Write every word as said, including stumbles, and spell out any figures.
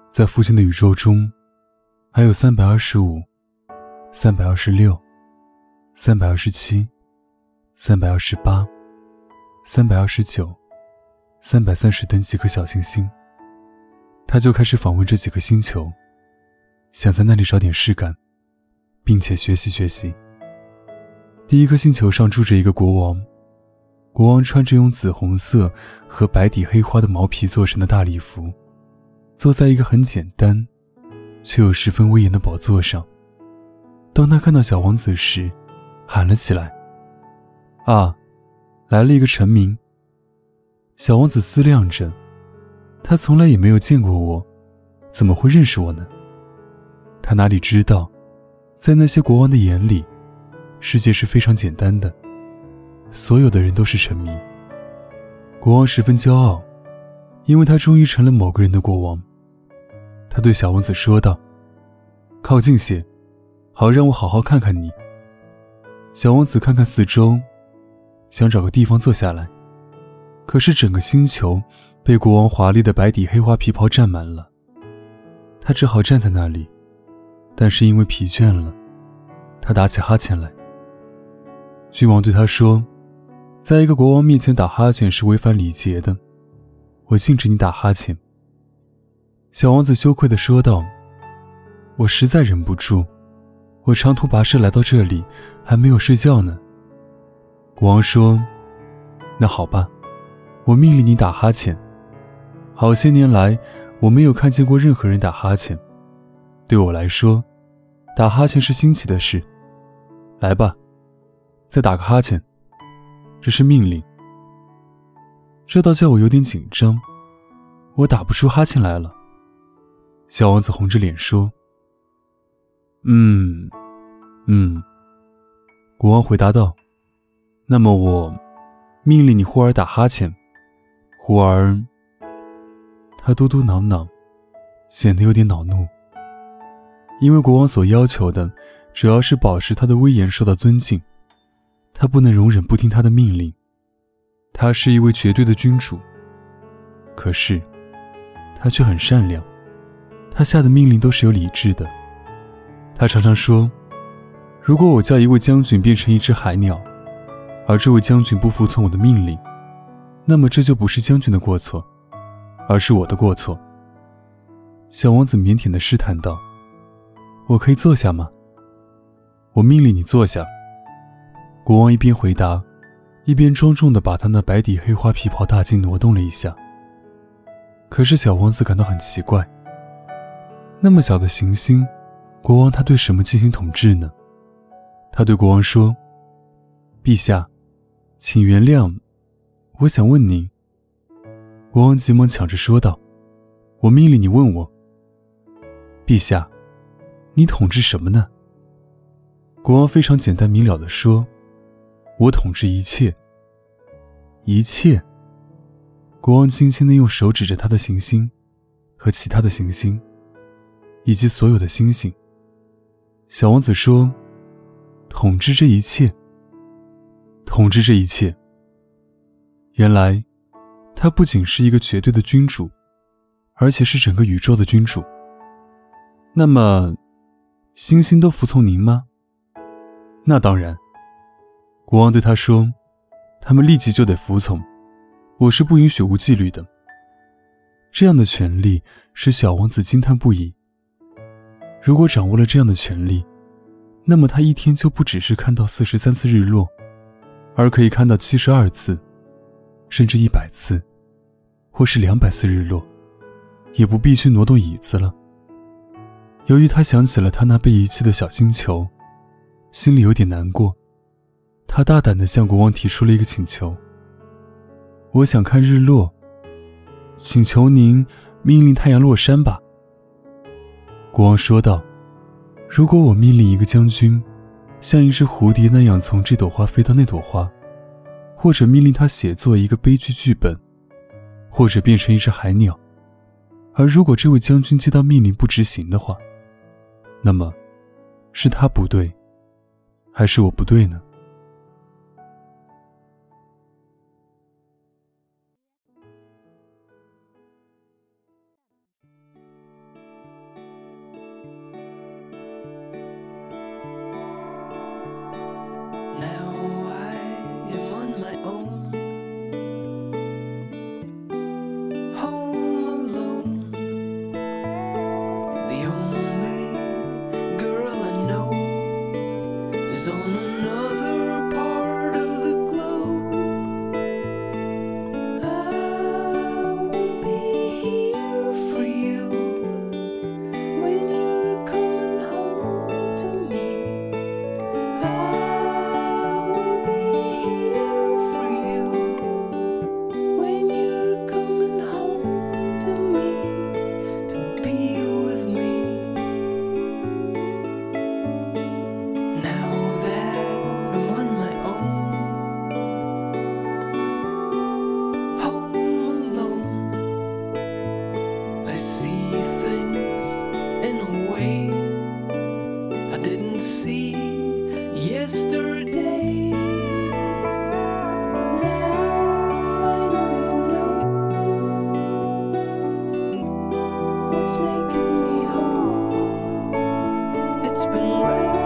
在附近的宇宙中，还有三百二十五、三百二十六、三百二十七、三百二十八、三百二十九、三百三十等几颗小行星。他就开始访问这几个星球，想在那里找点事干，并且学习学习。第一颗星球上住着一个国王，国王穿着用紫红色和白底黑花的毛皮做成的大礼服，坐在一个很简单却又十分威严的宝座上。当他看到小王子时，喊了起来：啊，来了一个臣民。小王子思量着，他从来也没有见过我，怎么会认识我呢？他哪里知道，在那些国王的眼里，世界是非常简单的，所有的人都是臣民。国王十分骄傲，因为他终于成了某个人的国王。他对小王子说道：靠近些，好让我好好看看你。小王子看看四周，想找个地方坐下来，可是整个星球被国王华丽的白底黑花皮袍占满了，他只好站在那里。但是因为疲倦了，他打起哈欠来。君王对他说：在一个国王面前打哈欠是违反礼节的，我禁止你打哈欠。小王子羞愧地说道：我实在忍不住，我长途跋涉来到这里，还没有睡觉呢。国王说：那好吧，我命令你打哈欠。好些年来，我没有看见过任何人打哈欠，对我来说，打哈欠是新奇的事。来吧，再打个哈欠，这是命令。这倒叫我有点紧张，我打不出哈欠来了。小王子红着脸说：嗯嗯。国王回答道：那么我命令你忽而打哈欠，忽而……他嘟嘟囔囔，显得有点恼怒。因为国王所要求的主要是保持他的威严受到尊敬，他不能容忍不听他的命令。他是一位绝对的君主，可是他却很善良，他下的命令都是有理智的。他常常说，如果我叫一位将军变成一只海鸟，而这位将军不服从我的命令，那么这就不是将军的过错，而是我的过错。小王子腼腆地试探道：我可以坐下吗？我命令你坐下。国王一边回答，一边庄重地把他那白底黑花皮袍大襟挪动了一下。可是小王子感到很奇怪，那么小的行星，国王他对什么进行统治呢？他对国王说：陛下，请原谅，我想问您。国王急忙抢着说道：我命令你问我。陛下，你统治什么呢？国王非常简单明了地说：我统治一切。一切？国王轻轻地用手指着他的行星和其他的行星以及所有的星星。小王子说：统治这一切。统治这一切。原来他不仅是一个绝对的君主，而且是整个宇宙的君主。那么星星都服从您吗？那当然。国王对他说：他们立即就得服从，我是不允许无纪律的。这样的权力使小王子惊叹不已。如果掌握了这样的权力，那么他一天就不只是看到四十三次日落，而可以看到七十二次，甚至一百次，或是两百次日落，也不必须挪动椅子了。由于他想起了他那被遗弃的小星球，心里有点难过。他大胆地向国王提出了一个请求：我想看日落，请求您命令太阳落山吧。国王说道：如果我命令一个将军像一只蝴蝶那样从这朵花飞到那朵花，或者命令他写作一个悲剧剧本，或者变成一只海鸟，而如果这位将军接到命令不执行的话，那么是他不对，还是我不对呢？ What's making me whole? It's been right